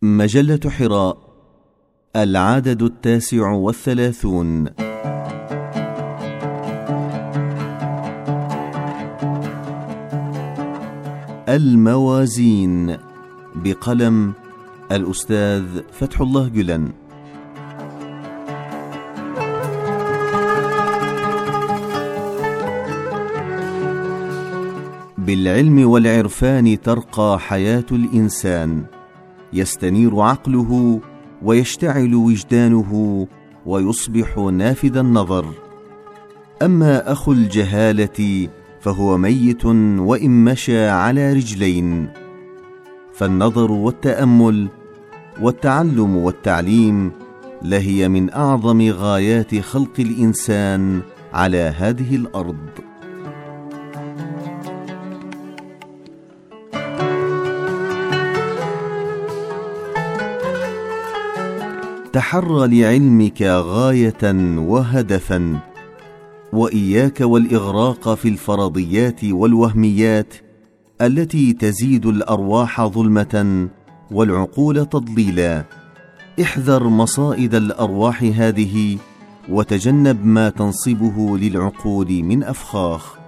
مجلة حراء، العدد 39. الموازين، بقلم الأستاذ فتح الله جلن. بالعلم والعرفان ترقى حياة الإنسان، يستنير عقله ويشتعل وجدانه ويصبح نافذ النظر. أما أخو الجهالة فهو ميت وإن مشى على رجلين. فالنظر والتأمل والتعلم والتعليم لهي من أعظم غايات خلق الإنسان على هذه الأرض. تحرى لعلمك غاية وهدفا، وإياك والإغراق في الفرضيات والوهميات التي تزيد الأرواح ظلمة والعقول تضليلا. احذر مصائد الأرواح هذه، وتجنب ما تنصبه للعقول من أفخاخ.